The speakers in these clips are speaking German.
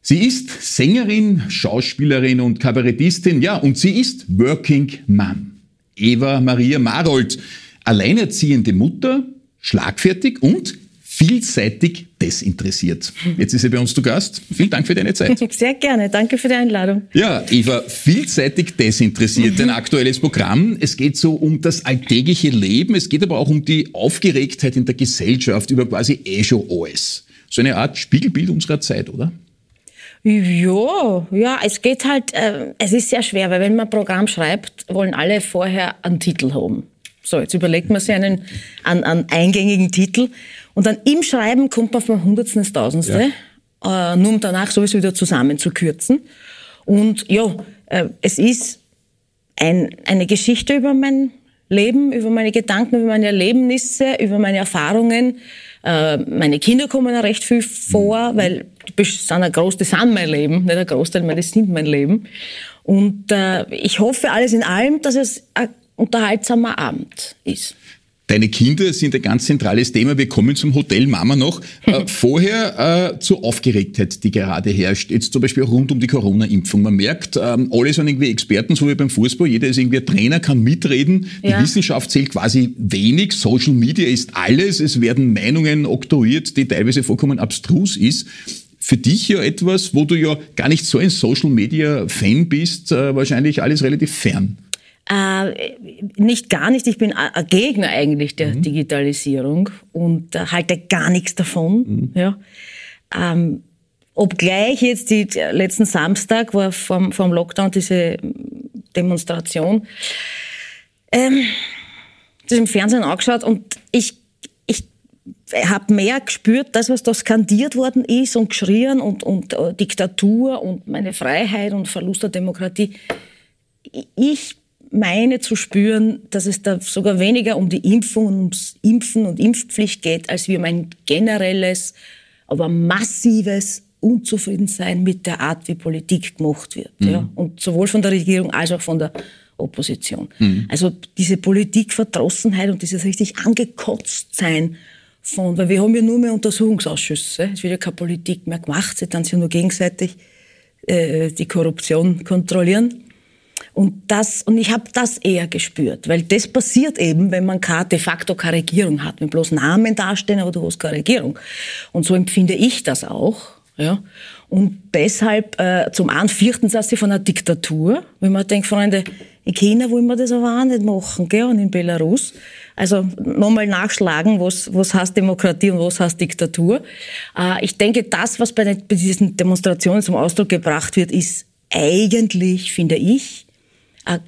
Sie ist Sängerin, Schauspielerin und Kabarettistin, ja, und sie ist Working Mom. Eva Maria Marold, alleinerziehende Mutter, schlagfertig und vielseitig desinteressiert. Jetzt ist sie bei uns zu Gast. Vielen Dank für deine Zeit. Sehr gerne, danke für die Einladung. Ja, Eva, vielseitig desinteressiert, ein aktuelles Programm. Es geht so um das alltägliche Leben, es geht aber auch um die Aufgeregtheit in der Gesellschaft über quasi schon alles. So eine Art Spiegelbild unserer Zeit, oder? Ja, es geht halt, es ist sehr schwer, weil wenn man ein Programm schreibt, wollen alle vorher einen Titel haben. So, jetzt überlegt man sich einen eingängigen Titel und dann im Schreiben kommt man vom Hundertsten ins Tausendste, nur um danach sowieso wieder zusammenzukürzen. Und ja, es ist eine Geschichte über mein Leben, über meine Gedanken, über meine Erlebnisse, über meine Erfahrungen. Meine Kinder kommen ja recht viel vor, weil die sind mein Leben, nicht ein Großteil, das sind mein Leben. Und ich hoffe alles in allem, dass es ein unterhaltsamer Abend ist. Deine Kinder sind ein ganz zentrales Thema. Wir kommen zum Hotel Mama noch. Vorher zur Aufgeregtheit, die gerade herrscht. Jetzt zum Beispiel auch rund um die Corona-Impfung. Man merkt, alle sind irgendwie Experten, so wie beim Fußball. Jeder ist irgendwie ein Trainer, kann mitreden. Die Wissenschaft zählt quasi wenig. Social Media ist alles. Es werden Meinungen oktroyiert, die teilweise vollkommen abstrus ist. Für dich ja etwas, wo du ja gar nicht so ein Social-Media-Fan bist, wahrscheinlich alles relativ fern. Nicht gar nicht. Ich bin ein Gegner eigentlich der Digitalisierung und halte gar nichts davon. Ja. Obgleich jetzt letzten Samstag war vom Lockdown diese Demonstration, das im Fernsehen angeschaut und ich habe mehr gespürt, das, was da skandiert worden ist und geschrien und Diktatur und meine Freiheit und Verlust der Demokratie. Ich meine zu spüren, dass es da sogar weniger um die Impfung und ums Impfen und Impfpflicht geht, als wie um ein generelles, aber massives Unzufriedensein mit der Art, wie Politik gemacht wird. Ja? Und sowohl von der Regierung als auch von der Opposition. Also diese Politikverdrossenheit und dieses richtig Angekotztsein weil wir haben ja nur mehr Untersuchungsausschüsse, es wird ja keine Politik mehr gemacht, sie dann sich nur gegenseitig die Korruption kontrollieren. Und ich habe das eher gespürt, weil das passiert eben, wenn man de facto keine Regierung hat, wenn bloß Namen dastehen, aber du hast keine Regierung. Und so empfinde ich das auch. Ja. Und deshalb, zum einen fürchten sie sich von einer Diktatur, wenn man denkt, Freunde, in China wollen wir das aber auch nicht machen, gell? Und in Belarus. Also nochmal nachschlagen, was heißt Demokratie und was heißt Diktatur. Ich denke, das, was bei diesen Demonstrationen zum Ausdruck gebracht wird, ist eigentlich, finde ich, ein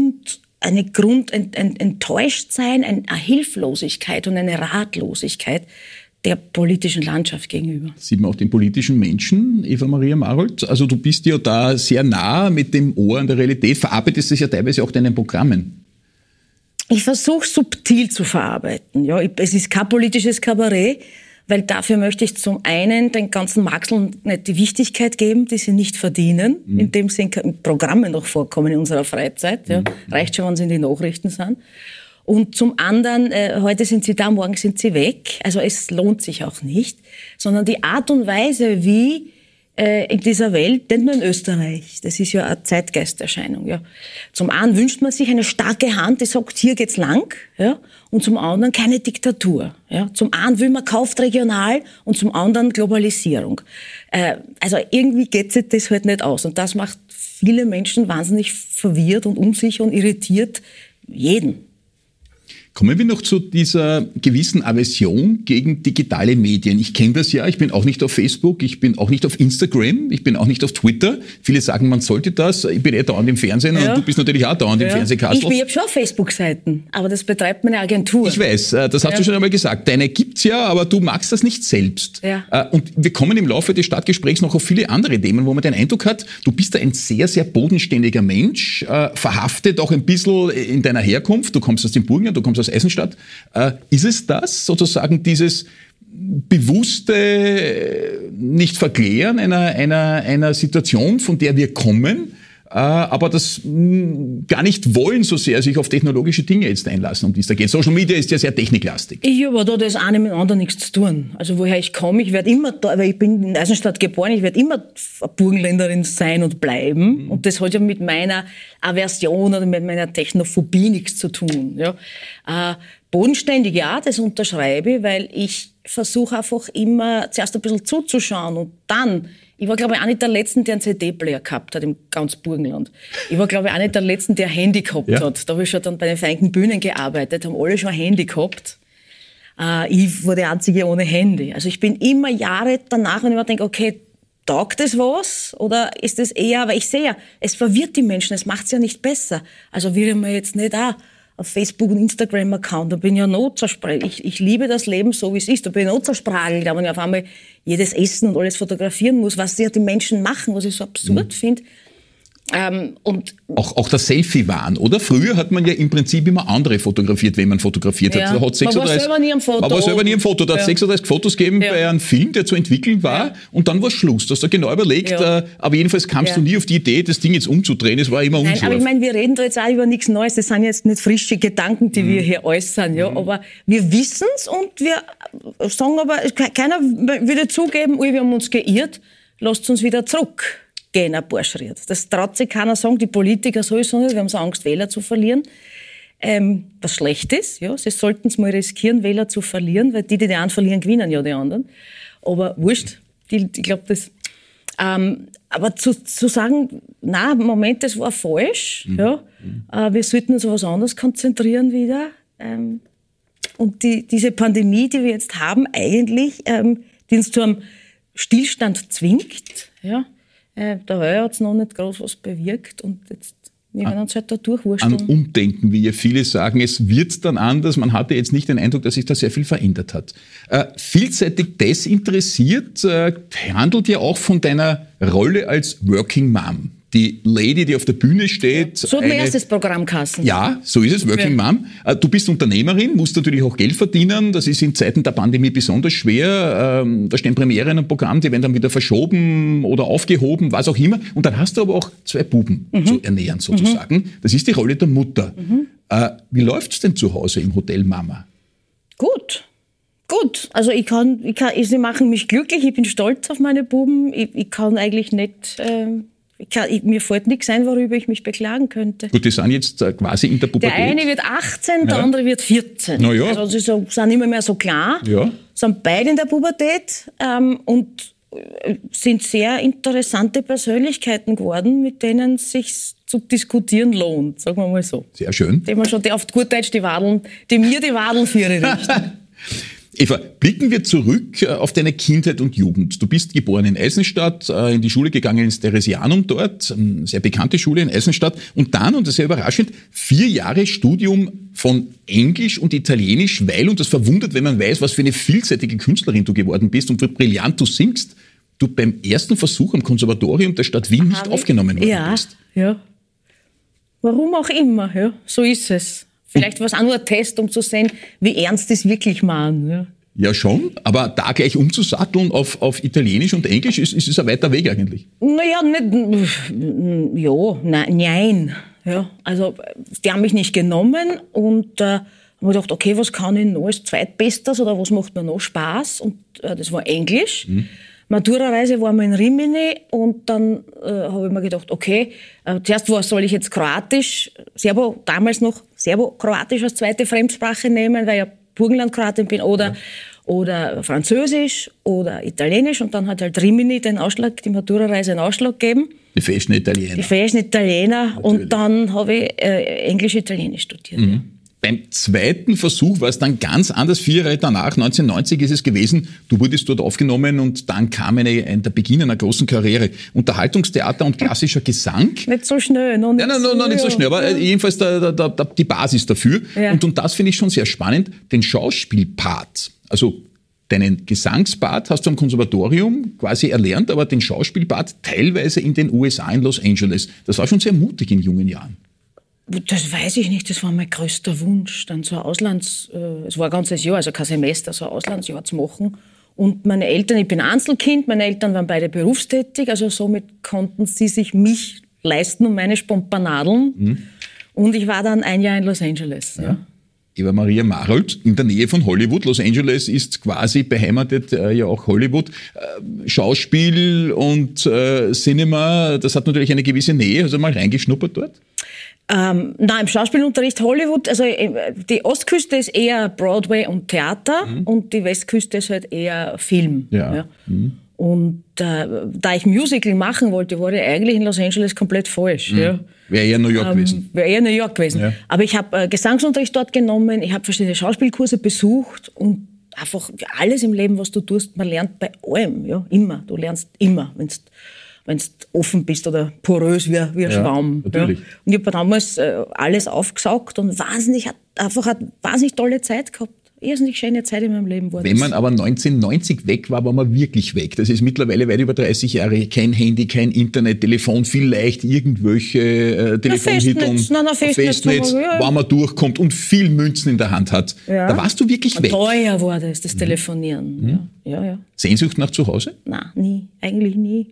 Enttäuschtsein, eine Hilflosigkeit und eine Ratlosigkeit der politischen Landschaft gegenüber. Sieht man auch den politischen Menschen, Eva Maria Marold? Also du bist ja da sehr nah mit dem Ohr an der Realität, verarbeitest es ja teilweise auch deinen Programmen. Ich versuche subtil zu verarbeiten. Ja, es ist kein politisches Kabarett, weil dafür möchte ich zum einen den ganzen Maxeln nicht die Wichtigkeit geben, die sie nicht verdienen, indem sie in Programmen noch vorkommen in unserer Freizeit. Ja. Reicht schon, wenn sie in die Nachrichten sind. Und zum anderen, heute sind sie da, morgen sind sie weg. Also es lohnt sich auch nicht, sondern die Art und Weise, wie in dieser Welt, nicht nur in Österreich, das ist ja eine Zeitgeisterscheinung. Ja. Zum einen wünscht man sich eine starke Hand, die sagt, hier geht's lang, ja, und zum anderen keine Diktatur. Ja. Zum einen will man kauft regional und zum anderen Globalisierung. Also irgendwie geht sich das halt nicht aus und das macht viele Menschen wahnsinnig verwirrt und unsicher und irritiert jeden. Kommen wir noch zu dieser gewissen Aversion gegen digitale Medien. Ich kenne das ja, ich bin auch nicht auf Facebook, ich bin auch nicht auf Instagram, ich bin auch nicht auf Twitter. Viele sagen, man sollte das. Ich bin dauernd im Fernsehen und du bist natürlich auch dauernd im Fernsehkastel. Ich habe schon Facebook-Seiten, aber das betreibt meine Agentur. Ich weiß, das hast du schon einmal gesagt. Deine gibt's ja, aber du magst das nicht selbst. Ja. Und wir kommen im Laufe des Stadtgesprächs noch auf viele andere Themen, wo man den Eindruck hat, du bist da ein sehr, sehr bodenständiger Mensch, verhaftet auch ein bisschen in deiner Herkunft. Du kommst aus dem Burgenland, du kommst aus Eisenstadt. Ist es das, sozusagen dieses bewusste Nicht-Verklären einer Situation, von der wir kommen, aber das gar nicht wollen so sehr sich auf technologische Dinge jetzt einlassen, um die es da geht. Social Media ist ja sehr techniklastig. Ich habe da das eine mit dem anderen nichts zu tun. Also woher ich komme, ich werde immer, weil ich bin in Eisenstadt geboren, ich werde immer eine Burgenländerin sein und bleiben. Und das hat ja mit meiner Aversion oder mit meiner Technophobie nichts zu tun. Ja. Bodenständig, ja, das unterschreibe ich, weil ich versuche einfach immer zuerst ein bisschen zuzuschauen und dann. Ich war, glaube ich, auch nicht der Letzte, der einen CD-Player gehabt hat im ganz Burgenland. Ich war, glaube ich, auch nicht der Letzte, der ein Handy gehabt hat. Da habe ich schon dann bei den Vereinigten Bühnen gearbeitet, haben alle schon ein Handy gehabt. Ich war die Einzige ohne Handy. Also ich bin immer Jahre danach, wenn ich mir denke, okay, taugt das was? Oder ist das eher, weil ich sehe ja, es verwirrt die Menschen, es macht es ja nicht besser. Also will ich mir jetzt nicht auch auf Facebook und Instagram-Account, da bin ich ja noch zersprachelt. Ich liebe das Leben so, wie es ist. Da bin ich noch zersprachelt, aber wenn ich auf einmal jedes Essen und alles fotografieren muss, was ja die Menschen machen, was ich so absurd finde. Und auch der Selfie-Wahn, oder? Früher hat man ja im Prinzip immer andere fotografiert, wenn man fotografiert hat. Da hat 36, man war selber nie am Foto. Man war selber nie am Foto. Da hat 36 Fotos gegeben bei einem Film, der zu entwickeln war, und dann war Schluss. Du hast da genau überlegt, aber jedenfalls kamst du nie auf die Idee, das Ding jetzt umzudrehen. Es war immer unscharf. Nein, aber ich meine, wir reden da jetzt auch über nichts Neues. Das sind jetzt nicht frische Gedanken, die wir hier äußern. Ja? Aber wir wissen es und wir sagen aber, keiner würde zugeben, wir haben uns geirrt, lasst uns wieder zurück. Gehen ein paar Schritte. Das traut sich keiner sagen, die Politiker sowieso nicht, wir haben so Angst, Wähler zu verlieren. Was schlecht ist, ja, sie sollten es mal riskieren, Wähler zu verlieren, weil die einen verlieren, gewinnen ja die anderen. Aber wurscht, ich glaube das. Aber zu sagen, nein, Moment, das war falsch, ja, wir sollten uns auf was anderes konzentrieren wieder. Und diese Pandemie, die wir jetzt haben, eigentlich, die uns zu einem Stillstand zwingt, ja, der Höhe hat es noch nicht groß was bewirkt und jetzt wir werden uns halt da durchwursteln. An Umdenken, wie ja viele sagen, es wird dann anders. Man hatte jetzt nicht den Eindruck, dass sich da sehr viel verändert hat. Vielseitig desinteressiert handelt ja auch von deiner Rolle als Working Mom. Die Lady, die auf der Bühne steht. So hat mein erstes Programm geheißen. Ja, so ist es, Working Mom. Du bist Unternehmerin, musst natürlich auch Geld verdienen. Das ist in Zeiten der Pandemie besonders schwer. Da stehen Premieren im Programm, die werden dann wieder verschoben oder aufgehoben, was auch immer. Und dann hast du aber auch 2 Buben zu ernähren, sozusagen. Das ist die Rolle der Mutter. Wie läuft's denn zu Hause im Hotel Mama? Gut. Also sie machen mich glücklich, ich bin stolz auf meine Buben. Ich kann eigentlich nicht... mir fällt nichts ein, worüber ich mich beklagen könnte. Gut, die sind jetzt quasi in der Pubertät. Der eine wird 18, der andere wird 14. Na ja. Also sie sind immer mehr so klar, sind beide in der Pubertät und sind sehr interessante Persönlichkeiten geworden, mit denen es sich zu diskutieren lohnt, sagen wir mal so. Sehr schön. Die man schon auf gut Deutsch die mir die Wadeln für ihre richten. Eva, blicken wir zurück auf deine Kindheit und Jugend. Du bist geboren in Eisenstadt, in die Schule gegangen ins Theresianum dort, eine sehr bekannte Schule in Eisenstadt. Und dann, und das ist sehr überraschend, 4 Jahre Studium von Englisch und Italienisch, weil, und das verwundert, wenn man weiß, was für eine vielseitige Künstlerin du geworden bist und wie brillant du singst, du beim ersten Versuch am Konservatorium der Stadt Wien nicht aufgenommen worden bist. Ja. Warum auch immer, ja. So ist es. Vielleicht war es auch nur ein Test, um zu sehen, wie ernst die es wirklich meinen. Ja. Ja, schon, aber da gleich umzusatteln auf Italienisch und Englisch ist ein weiter Weg eigentlich. Naja, nein. Ja, also, die haben mich nicht genommen und haben gedacht, okay, was kann ich noch als Zweitbestes oder was macht mir noch Spaß? Und das war Englisch. Matura-Reise waren wir in Rimini und dann habe ich mir gedacht, okay, zuerst soll ich jetzt Kroatisch, damals noch Serbo-Kroatisch als zweite Fremdsprache nehmen, weil ich ja Burgenland-Kroatin bin, oder Französisch oder Italienisch, und dann hat halt Rimini die Matura-Reise einen Ausschlag gegeben. Die festen Italiener. Und dann habe ich Englisch-Italienisch studiert. Ja. Beim zweiten Versuch war es dann ganz anders. 4 Jahre danach, 1990 ist es gewesen. Du wurdest dort aufgenommen und dann kam der Beginn einer großen Karriere. Unterhaltungstheater und klassischer Gesang. Nicht so schnell. Noch nicht so schnell, aber jedenfalls die Basis dafür. Ja. Und das finde ich schon sehr spannend. Den Schauspielpart, also deinen Gesangspart hast du am Konservatorium quasi erlernt, aber den Schauspielpart teilweise in den USA, in Los Angeles. Das war schon sehr mutig in jungen Jahren. Das weiß ich nicht, das war mein größter Wunsch, dann so es war ein ganzes Jahr, also kein Semester, so ein Auslandsjahr zu machen. Und ich bin Einzelkind, meine Eltern waren beide berufstätig, also somit konnten sie sich mich leisten um meine Spompanadeln. Und ich war dann ein Jahr in Los Angeles. Ja. Eva Maria Marold, in der Nähe von Hollywood. Los Angeles ist quasi beheimatet, ja auch Hollywood. Schauspiel und Cinema, das hat natürlich eine gewisse Nähe. Hast du mal reingeschnuppert dort? Nein, im Schauspielunterricht Hollywood, also die Ostküste ist eher Broadway und Theater und die Westküste ist halt eher Film. Ja. Und da ich Musical machen wollte, war ich eigentlich in Los Angeles komplett falsch. Ja. Wäre eher New York gewesen. Wäre eher New York gewesen. Ja. Aber ich habe Gesangsunterricht dort genommen, ich habe verschiedene Schauspielkurse besucht und einfach alles im Leben, was du tust, man lernt bei allem. Ja, immer. Du lernst immer, wenn du offen bist oder porös wie ein Schwamm. Natürlich. Ja. Und ich habe damals alles aufgesaugt und hat wahnsinnig tolle Zeit gehabt. Irrsinnig schöne Zeit in meinem Leben. Wenn man aber 1990 weg war man wirklich weg. Das ist mittlerweile weit über 30 Jahre. Kein Handy, kein Internet, Telefon, vielleicht irgendwelche Telefonhitteln, Festnetz, wo man durchkommt und viel Münzen in der Hand hat. Ja. Da warst du wirklich weg. Teuer war das Telefonieren. Ja. Sehnsucht nach zu Hause? Nein, nie. Eigentlich nie.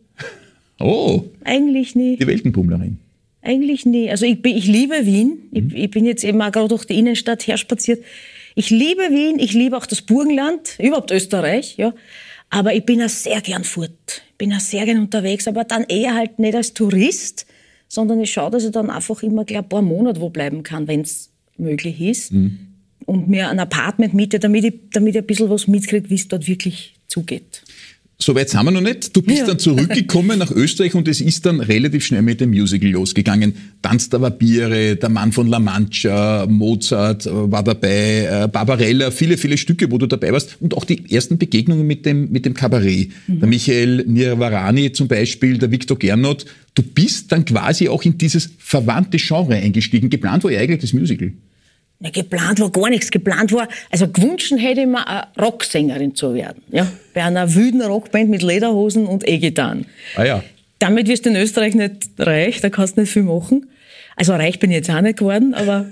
Oh. Eigentlich nie. Die Weltenbummlerin. Eigentlich nie. Also ich liebe Wien. Ich bin jetzt eben auch gerade durch die Innenstadt herspaziert. Ich liebe Wien, ich liebe auch das Burgenland, überhaupt Österreich, ja. Aber ich bin auch sehr gern fort. Ich bin auch sehr gern unterwegs, aber dann eher halt nicht als Tourist, sondern ich schaue, dass ich dann einfach immer gleich ein paar Monate wo bleiben kann, wenn es möglich ist. Und mir ein Apartment miete, damit ich ein bisschen was mitkriege, wie es dort wirklich zugeht. Soweit sind wir noch nicht. Du bist dann zurückgekommen nach Österreich und es ist dann relativ schnell mit dem Musical losgegangen. Tanz der Vampire, Der Mann von La Mancha, Mozart war dabei, Barbarella, viele, viele Stücke, wo du dabei warst und auch die ersten Begegnungen mit dem Kabarett. Der Michael Nirvarani zum Beispiel, der Victor Gernot. Du bist dann quasi auch in dieses verwandte Genre eingestiegen. Geplant war ja eigentlich das Musical. Ja, geplant war gar nichts. Geplant war, also gewünscht hätte ich mir eine Rocksängerin zu werden. Ja? Bei einer wilden Rockband mit Lederhosen und E-Gitarren. Ah ja. Damit wirst du in Österreich nicht reich, da kannst du nicht viel machen. Also reich bin ich jetzt auch nicht geworden, aber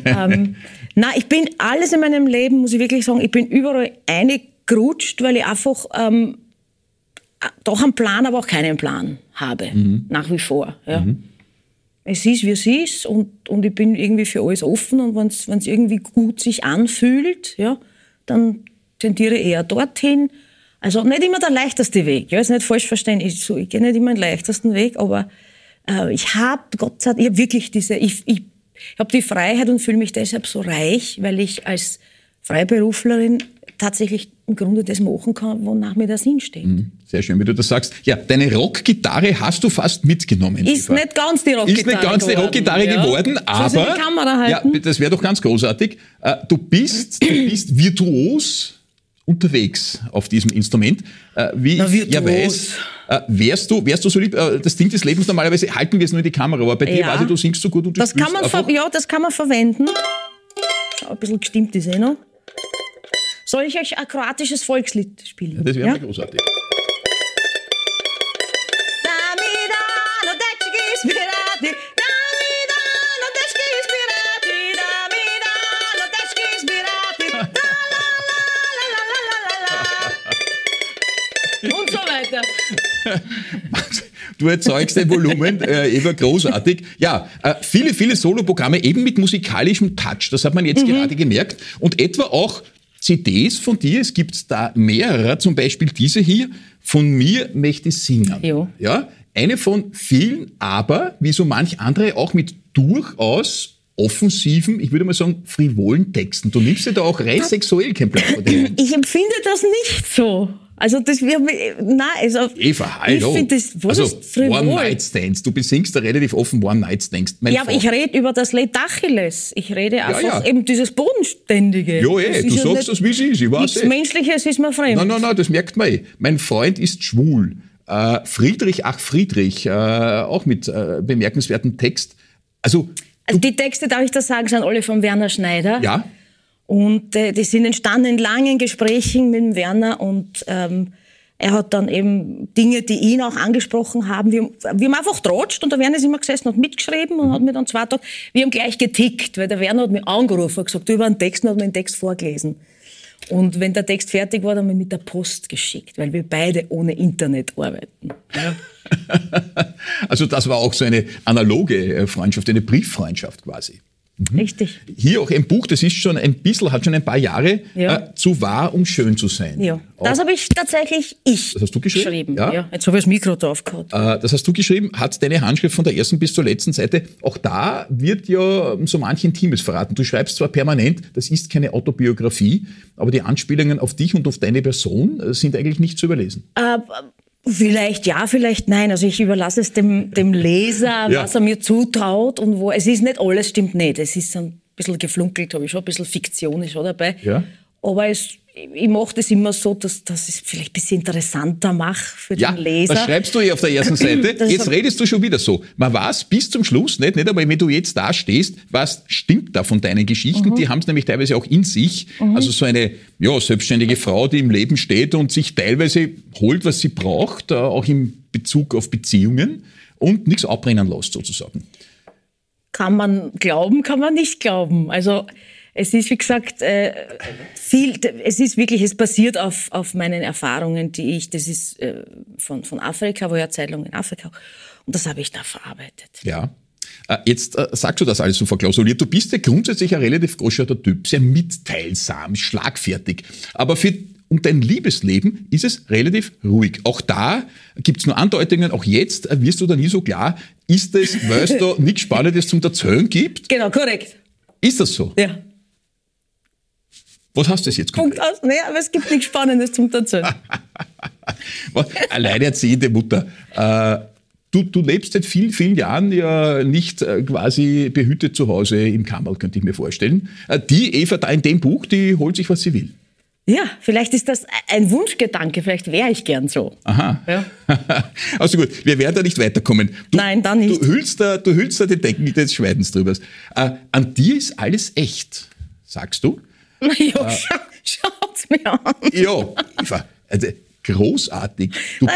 nein, ich bin alles in meinem Leben, muss ich wirklich sagen, ich bin überall eingerutscht, weil ich einfach doch einen Plan, aber auch keinen Plan habe, nach wie vor. Ja. Es ist, wie es ist und ich bin irgendwie für alles offen und wenn es irgendwie gut sich anfühlt, ja, dann tendiere ich eher dorthin. Also nicht immer der leichteste Weg, ja, ist nicht falsch verstehen. Ich gehe nicht immer den leichtesten Weg, aber ich habe, Gott sei Dank, ich habe wirklich ich habe die Freiheit und fühle mich deshalb so reich, weil ich als Freiberuflerin tatsächlich im Grunde das machen kann, wonach mir der Sinn steht. Sehr schön, wie du das sagst. Ja, deine Rockgitarre hast du fast mitgenommen. Ist nicht ganz die Rockgitarre geworden, aber soll die Kamera halten? Ja, das wäre doch ganz großartig. Du bist virtuos unterwegs auf diesem Instrument. Wie ich ja weiß, wärst du so lieb, das Ding des Lebens, normalerweise halten wir es nur in die Kamera, aber bei dir weiß ich, du singst so gut und du das kann man das kann man verwenden. Schau, ein bisschen gestimmt ist noch. Soll ich euch ein kroatisches Volkslied spielen? Ja, das wäre mir großartig. Und so weiter. Du erzeugst ein Volumen, Eva, großartig. Ja, viele, viele Soloprogramme, eben mit musikalischem Touch, das hat man jetzt gerade gemerkt. Und etwa auch CDs von dir, es gibt da mehrere, zum Beispiel diese hier, von mir möchte singen. Jo. Ja, eine von vielen, aber wie so manch andere auch mit durchaus offensiven, ich würde mal sagen, frivolen Texten. Du nimmst ja da auch rein sexuell kein Blatt vor dir. Ich empfinde das nicht so. Also das wird Eva, hallo. Ich finde das, was ist frivol? One-Night-Stands. Du besingst da relativ offen One-Night-Stands. Ja, aber ich rede über das Lied Achilles. Ich rede einfach eben dieses Bodenständige. Ja, du sagst das, wie es ist. Ich weiß nichts Menschliches ist mir fremd. Nein, das merkt man eh. Mein Freund ist schwul. Friedrich, auch mit bemerkenswertem Text. Also die Texte, darf ich das sagen, sind alle von Werner Schneider. Ja. Und die sind entstanden in langen Gesprächen mit dem Werner und er hat dann eben Dinge, die ihn auch angesprochen haben. Wir haben einfach trotscht und der Werner ist immer gesessen und mitgeschrieben und hat mir dann 2 Tage, wir haben gleich getickt, weil der Werner hat mich angerufen und gesagt, du über einen Text und hat mir den Text vorgelesen. Und wenn der Text fertig war, dann haben wir mit der Post geschickt, weil wir beide ohne Internet arbeiten. Ja. Also das war auch so eine analoge Freundschaft, eine Brieffreundschaft quasi. Richtig. Hier auch ein Buch, das ist schon ein bisschen, hat schon ein paar Jahre, zu wahr, um schön zu sein. Ja, das habe ich tatsächlich Das hast du geschrieben? Ja. Jetzt habe ich das Mikro drauf gehabt. Das hast du geschrieben, hat deine Handschrift von der ersten bis zur letzten Seite. Auch da wird ja so manch Intimes verraten. Du schreibst zwar permanent, das ist keine Autobiografie, aber die Anspielungen auf dich und auf deine Person sind eigentlich nicht zu überlesen. Vielleicht ja, vielleicht nein. Also ich überlasse es dem Leser, was er mir zutraut und wo. Es ist nicht alles, stimmt nicht. Es ist ein bisschen geflunkelt, habe ich schon, ein bisschen Fiktion ist schon dabei. Ja. Aber ich mache das immer so, dass ich es vielleicht ein bisschen interessanter mache für den Leser. Das schreibst du auf der ersten Seite. Jetzt redest du schon wieder so. Man weiß bis zum Schluss nicht, aber wenn du jetzt da stehst, was stimmt da von deinen Geschichten? Die haben es nämlich teilweise auch in sich. Also so eine selbstständige Frau, die im Leben steht und sich teilweise holt, was sie braucht, auch in Bezug auf Beziehungen und nichts abbrennen lässt sozusagen. Kann man glauben, kann man nicht glauben. Also es ist, wie gesagt, es basiert auf meinen Erfahrungen, das ist von Afrika, wo ich eine Zeit lang in Afrika, und das habe ich da verarbeitet. Ja. Jetzt sagst du das alles so verklausuliert. Du bist ja grundsätzlich ein relativ goscherter Typ, sehr mitteilsam, schlagfertig. Aber um dein Liebesleben ist es relativ ruhig. Auch da gibt's nur Andeutungen, auch jetzt wirst du da nie so klar, ist es, weil es da nichts Spannendes zum Erzählen gibt? Genau, korrekt. Ist das so? Ja. Was hast du jetzt konkret? Punkt aus. Naja, aber es gibt nichts Spannendes zum Erzählen. Alleinerziehende Mutter. Du lebst seit vielen, vielen Jahren ja nicht quasi behütet zu Hause im Kammerl, könnte ich mir vorstellen. Die Eva da in dem Buch, die holt sich, was sie will. Ja, vielleicht ist das ein Wunschgedanke, vielleicht wäre ich gern so. Aha. Ja. Also gut, wir werden da nicht weiterkommen. Nein, dann nicht. Du hüllst da den Decken des Schweidens drüber. An dir ist alles echt, sagst du? Ja, schaut's mir an. Ja, Eva, also großartig.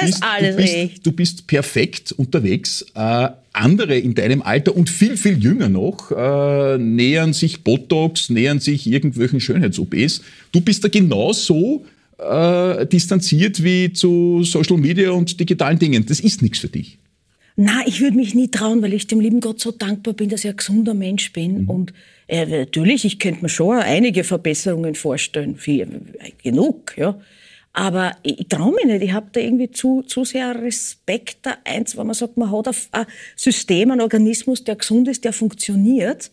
Du bist perfekt unterwegs. Andere in deinem Alter und viel, viel jünger noch nähern sich Botox, nähern sich irgendwelchen Schönheits-OPs. Du bist da genauso distanziert wie zu Social Media und digitalen Dingen. Das ist nichts für dich. Na, ich würde mich nie trauen, weil ich dem lieben Gott so dankbar bin, dass ich ein gesunder Mensch bin. Und natürlich, ich könnte mir schon einige Verbesserungen vorstellen, genug, ja. Aber ich traue mich nicht. Ich habe da irgendwie zu sehr Respekt da eins, wenn man sagt, man hat ein System, einen Organismus, der gesund ist, der funktioniert.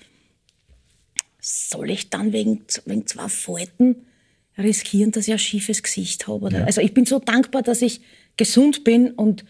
Soll ich dann wegen 2 Falten riskieren, dass ich ein schiefes Gesicht habe? Oder? Ja. Also ich bin so dankbar, dass ich gesund bin und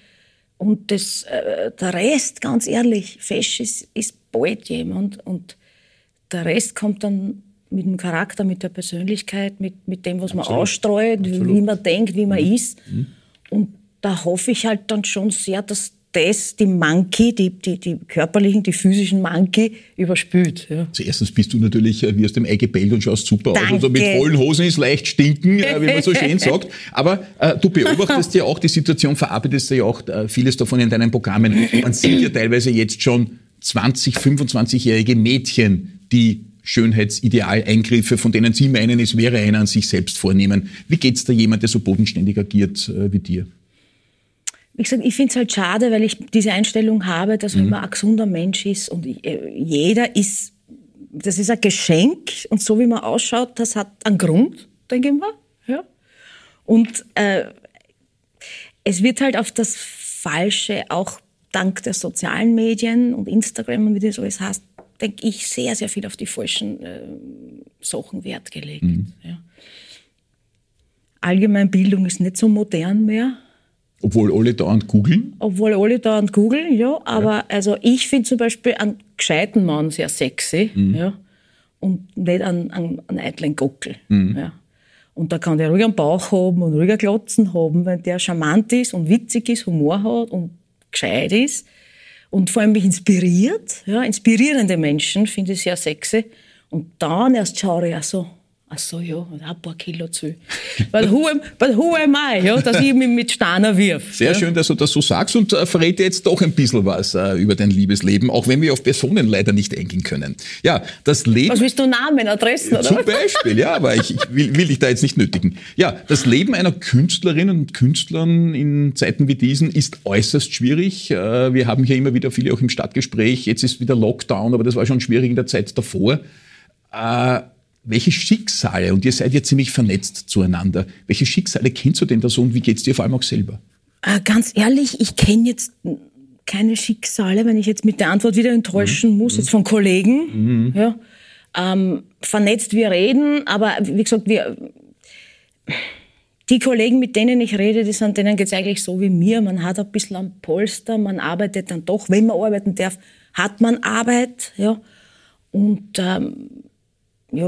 der Rest, ganz ehrlich, fesch ist bald jemand und der Rest kommt dann mit dem Charakter, mit der Persönlichkeit, mit dem, was man ausstrahlt, wie man denkt, wie man ist. Und da hoffe ich halt dann schon sehr, dass das die Monkey, die körperlichen, die physischen Monkey überspült. Ja. Also erstens bist du natürlich wie aus dem Ei gebellt und schaust super Danke. aus. Also mit vollen Hosen ist leicht stinken, wie man so schön sagt. Aber du beobachtest ja auch die Situation, verarbeitest ja auch vieles davon in deinen Programmen. Man sieht ja teilweise jetzt schon 20-, 25-jährige Mädchen, die Schönheitsidealeingriffe, von denen Sie meinen, es wäre einer an sich selbst vornehmen. Wie geht's da jemand, der so bodenständig agiert wie dir? Wie gesagt, ich finde es halt schade, weil ich diese Einstellung habe, dass wenn man ein gesunder Mensch ist und jeder ist, das ist ein Geschenk und so wie man ausschaut, das hat einen Grund, denke ich mal. Ja. Und es wird halt auf das Falsche, auch dank der sozialen Medien und Instagram und wie das alles heißt, denke ich, sehr, sehr viel auf die falschen Sachen Wert gelegt. Ja. Allgemeinbildung ist nicht so modern mehr. Obwohl alle dauernd googeln? Ja. Aber also ich finde zum Beispiel einen gescheiten Mann sehr sexy. Ja. Und nicht einen eitlen Gockel. Ja. Und da kann der ruhig einen Bauch haben und ruhig einen Glotzen haben, wenn der charmant ist und witzig ist, Humor hat und gescheit ist. Und vor allem mich inspiriert. Ja. Inspirierende Menschen finde ich sehr sexy. Und dann erst schaue ich auch so Ach so, ja, ein paar Kilo zu viel. But who am I, ja, dass ich mich mit Steinen wirf. Sehr schön, dass du das so sagst und verrät jetzt doch ein bisschen was über dein Liebesleben, auch wenn wir auf Personen leider nicht eingehen können. Ja, das Leben... Was willst du, Namen, Adressen, oder? Zum Beispiel, ja, aber ich will dich da jetzt nicht nötigen. Ja, das Leben einer Künstlerin und Künstlern in Zeiten wie diesen ist äußerst schwierig. Wir haben hier immer wieder viele auch im Stadtgespräch. Jetzt ist wieder Lockdown, aber das war schon schwierig in der Zeit davor. Welche Schicksale, und ihr seid ja ziemlich vernetzt zueinander, welche Schicksale kennst du denn da so und wie geht's dir vor allem auch selber? Ganz ehrlich, ich kenne jetzt keine Schicksale, wenn ich jetzt mit der Antwort wieder enttäuschen muss, jetzt von Kollegen. Ja. Vernetzt, wir reden, aber wie gesagt, die Kollegen, mit denen ich rede, denen geht's eigentlich so wie mir. Man hat ein bisschen am Polster, man arbeitet dann doch, wenn man arbeiten darf, hat man Arbeit, ja. Und ja,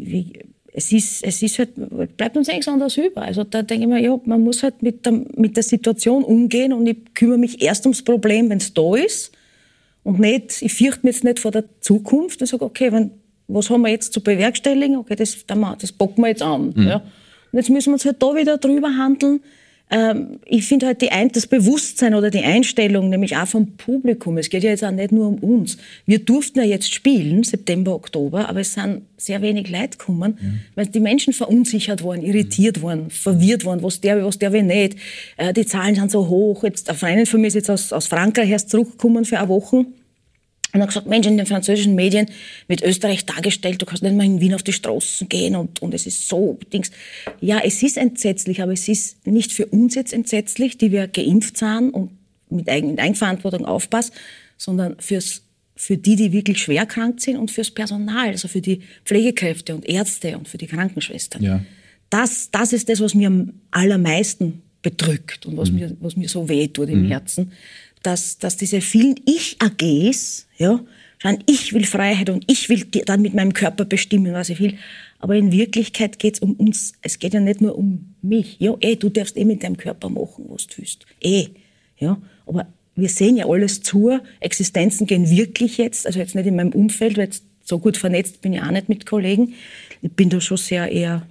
es ist halt, bleibt uns nichts anderes über. Also da denke ich mir, ja, man muss halt mit der Situation umgehen und ich kümmere mich erst ums Problem, wenn es da ist und nicht, ich fürchte mich jetzt nicht vor der Zukunft und sage, okay, was haben wir jetzt zu bewerkstelligen? Okay, das packen wir jetzt an. Ja. Und jetzt müssen wir uns halt da wieder drüber handeln. Ich finde halt das Bewusstsein oder die Einstellung, nämlich auch vom Publikum, es geht ja jetzt auch nicht nur um uns. Wir durften ja jetzt spielen, September, Oktober, aber es sind sehr wenig Leute gekommen, weil die Menschen verunsichert waren, irritiert waren, verwirrt waren, was der will nicht. Die Zahlen sind so hoch. Jetzt, eine Freundin von mir ist jetzt aus Frankreich erst zurückgekommen für eine Woche. Und hat gesagt, Mensch, in den französischen Medien wird Österreich dargestellt, du kannst nicht mal in Wien auf die Straßen gehen und es ist so, Dings. Ja, es ist entsetzlich, aber es ist nicht für uns jetzt entsetzlich, die wir geimpft sind und mit Eigenverantwortung aufpassen, sondern für die wirklich schwer krank sind und fürs Personal, also für die Pflegekräfte und Ärzte und für die Krankenschwestern. Ja. Das ist das, was mir am allermeisten bedrückt und was mir so weh tut im Herzen. Dass diese vielen Ich-AGs, ja, ich will Freiheit und ich will dann mit meinem Körper bestimmen, was ich will. Aber in Wirklichkeit geht es um uns. Es geht ja nicht nur um mich. Ja, du darfst mit deinem Körper machen, was du willst. Ja. Aber wir sehen ja alles zu. Existenzen gehen wirklich jetzt, also jetzt nicht in meinem Umfeld, weil jetzt so gut vernetzt bin ich auch nicht mit Kollegen. Ich bin da schon sehr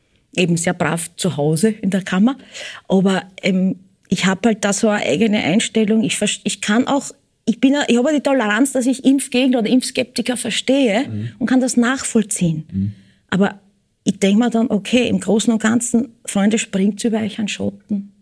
brav zu Hause in der Kammer. Aber ich habe halt da so eine eigene Einstellung. Ich habe die Toleranz, dass ich Impfgegner oder Impfskeptiker verstehe und kann das nachvollziehen. Aber ich denke mir dann, okay, im Großen und Ganzen, Freunde, springt über euch an Schotten.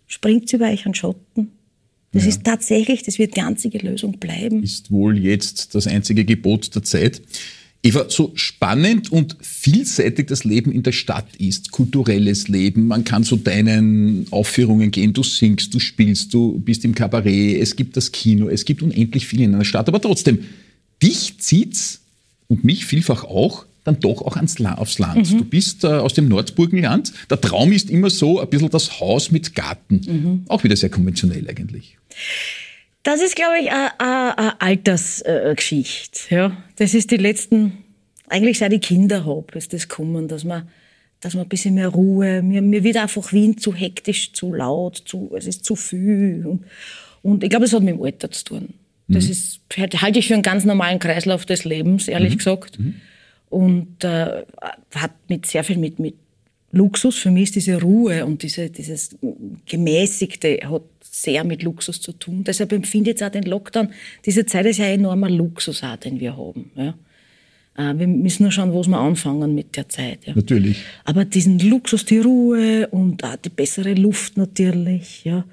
Das ist tatsächlich, das wird die einzige Lösung bleiben. Ist wohl jetzt das einzige Gebot der Zeit. Eva, so spannend und vielseitig das Leben in der Stadt ist, kulturelles Leben, man kann zu deinen Aufführungen gehen, du singst, du spielst, du bist im Kabarett, es gibt das Kino, es gibt unendlich viel in einer Stadt, aber trotzdem, dich zieht's und mich vielfach auch, dann doch auch aufs Land. Du bist aus dem Nordburgenland, der Traum ist immer so ein bisschen das Haus mit Garten, auch wieder sehr konventionell eigentlich. Das ist, glaube ich, eine Altersgeschichte. Ja. Das ist die letzten, eigentlich seit ich Kinder habe, ist das gekommen, dass man ein bisschen mehr Ruhe, mir wird einfach Wien zu hektisch, zu laut, es ist zu viel. Und ich glaube, das hat mit dem Alter zu tun. Das halte ich für einen ganz normalen Kreislauf des Lebens, ehrlich gesagt. Und hat sehr viel mit Luxus, für mich ist diese Ruhe und dieses Gemäßigte hat sehr mit Luxus zu tun. Deshalb empfinde ich jetzt auch den Lockdown. Diese Zeit ist ja ein enormer Luxus auch, den wir haben. Ja. Wir müssen nur schauen, wo wir anfangen mit der Zeit. Ja. Natürlich. Aber diesen Luxus, die Ruhe und auch die bessere Luft natürlich. Ja.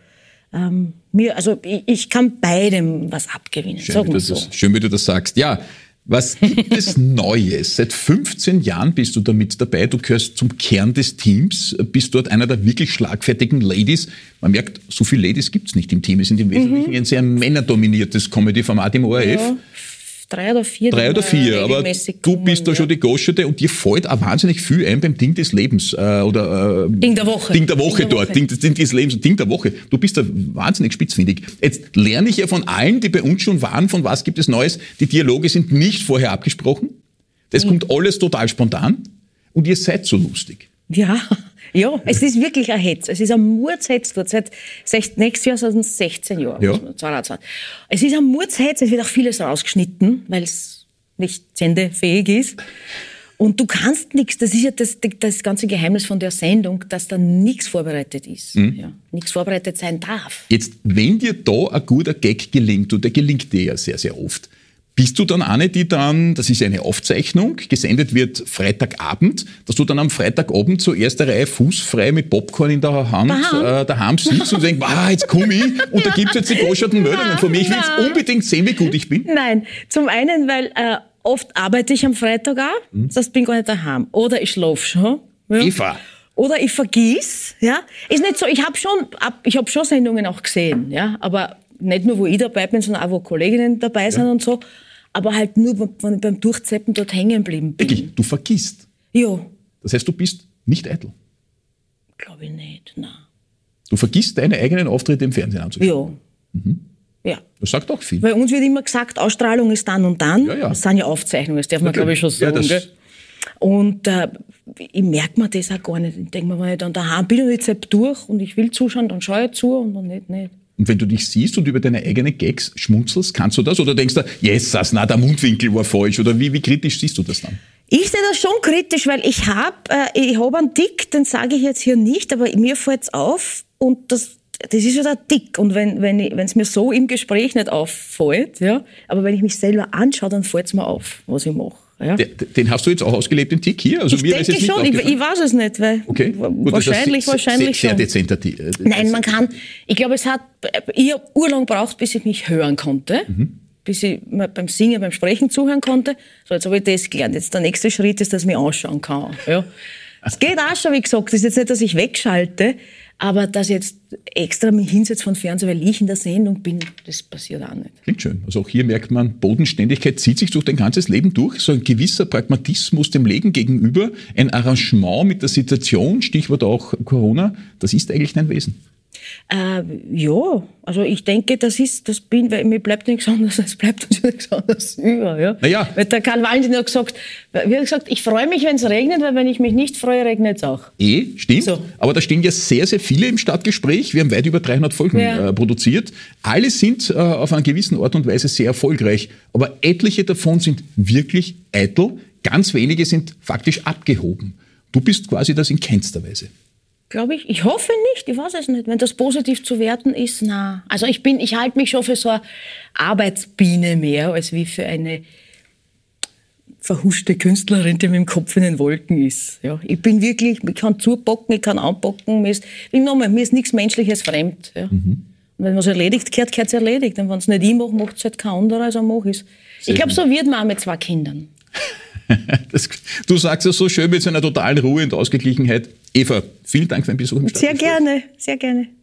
Ich kann beidem was abgewinnen. Schön, wie du das sagst. Ja. Was gibt es Neues? Seit 15 Jahren bist du damit dabei. Du gehörst zum Kern des Teams, bist dort einer der wirklich schlagfertigen Ladies. Man merkt, so viele Ladies gibt es nicht im Team. Es sind im Wesentlichen ein sehr männerdominiertes Comedy-Format im ORF. Ja. 3 oder 4, aber du bist da schon die Goschete und dir fällt auch wahnsinnig viel ein beim Ding des Lebens. Ding der Woche. Ding der Woche dort. Ding des Lebens, Ding der Woche. Du bist da wahnsinnig spitzfindig. Jetzt lerne ich ja von allen, die bei uns schon waren, von was gibt es Neues. Die Dialoge sind nicht vorher abgesprochen. Das kommt alles total spontan und ihr seid so lustig. Ja, es ist wirklich ein Hetz. Es ist ein Mordshetz dort. Nächstes Jahr sind es 16 Jahre. Ja. 22. Es ist ein Mordshetz. Es wird auch vieles rausgeschnitten, weil es nicht sendefähig ist. Und du kannst nichts, das ist ja das ganze Geheimnis von der Sendung, dass da nichts vorbereitet ist. Ja, nichts vorbereitet sein darf. Jetzt, wenn dir da ein guter Gag gelingt, und der gelingt dir ja sehr, sehr oft, bist du dann eine, die dann, das ist ja eine Aufzeichnung, gesendet wird Freitagabend, dass du dann am Freitagabend zur ersten Reihe fußfrei mit Popcorn in der Hand daheim sitzt und denkst, jetzt komme ich und da gibt's jetzt die Goscharten Meldungen von mir. Ich will jetzt unbedingt sehen, wie gut ich bin. Nein, zum einen, weil oft arbeite ich am Freitag auch, das heißt, bin gar nicht daheim. Oder ich schlafe schon. Ja. Eva. Oder ich vergiss. Ja. Ist nicht so, ich habe schon Sendungen auch gesehen, ja, aber nicht nur, wo ich dabei bin, sondern auch, wo Kolleginnen dabei sind und so. Aber halt nur, wenn ich beim Durchzeppen dort hängen geblieben bin. Wirklich, du vergisst. Ja. Das heißt, du bist nicht eitel. Glaube ich nicht, nein. Du vergisst deine eigenen Auftritte im Fernsehen anzuschauen. Ja. Ja. Das sagt auch viel. Bei uns wird immer gesagt, Ausstrahlung ist dann und dann. Ja. Das sind ja Aufzeichnungen, das darf man, glaube ich, schon sagen. Ja, und ich merke mir das auch gar nicht. Ich denke mir, wenn ich dann daheim bin und ich zapp durch und ich will zuschauen, dann schaue ich zu und dann nicht. Und wenn du dich siehst und über deine eigenen Gags schmunzelst, kannst du das? Oder denkst du, Jesus, der Mundwinkel war falsch? Oder wie kritisch siehst du das dann? Ich sehe das schon kritisch, weil ich hab einen Tick, den sage ich jetzt hier nicht, aber mir fällt's auf und das ist ja der Tick. Und wenn es mir so im Gespräch nicht auffällt, ja, aber wenn ich mich selber anschaue, dann fällt's mir auf, was ich mache. Ja. Den hast du jetzt auch ausgelebt, den Tick hier? Also ich denke schon, ich weiß es nicht, weil okay. Gut, wahrscheinlich sehr dezenter Nein, man kann, ich glaube, ich habe urlang gebraucht, bis ich mich hören konnte, bis ich beim Singen, beim Sprechen zuhören konnte. So, jetzt habe ich das gelernt. Jetzt der nächste Schritt ist, dass ich mich anschauen kann. Ja. Es geht auch schon, wie gesagt, das ist jetzt nicht, dass ich wegschalte, aber dass ich jetzt extra mich hinsetze von Fernsehen, weil ich in der Sendung bin, das passiert auch nicht. Klingt schön. Also auch hier merkt man, Bodenständigkeit zieht sich durch dein ganzes Leben durch. So ein gewisser Pragmatismus dem Leben gegenüber, ein Arrangement mit der Situation, Stichwort auch Corona, das ist eigentlich dein Wesen. Ja, also ich denke, weil mir bleibt nichts anderes, es bleibt uns nichts anderes über. Ja? Naja. Weil der Karl Valentin hat gesagt, ich freue mich, wenn es regnet, weil wenn ich mich nicht freue, regnet es auch. Stimmt. So. Aber da stehen ja sehr, sehr viele im Stadtgespräch. Wir haben weit über 300 Folgen produziert. Alle sind auf einer gewissen Art und Weise sehr erfolgreich. Aber etliche davon sind wirklich eitel. Ganz wenige sind faktisch abgehoben. Du bist quasi das in keinster Weise. Glaube ich. Ich hoffe nicht, ich weiß es nicht. Wenn das positiv zu werten ist, na. Also ich halte mich schon für so eine Arbeitsbiene mehr, als wie für eine verhuschte Künstlerin, die mit dem Kopf in den Wolken ist. Ja. Ich bin wirklich, ich kann zubocken, ich kann anbocken, mir ist nichts Menschliches fremd. Ja. Und wenn man es erledigt, gehört es erledigt. Und wenn es nicht ich mache, macht es halt kein anderer, also mache ich es. Ich glaube, so wird man auch mit 2 Kindern. Du sagst es so schön mit so einer totalen Ruhe und Ausgeglichenheit. Eva, vielen Dank für ein Besuch im Stadtgespräch. Sehr gerne, sehr gerne.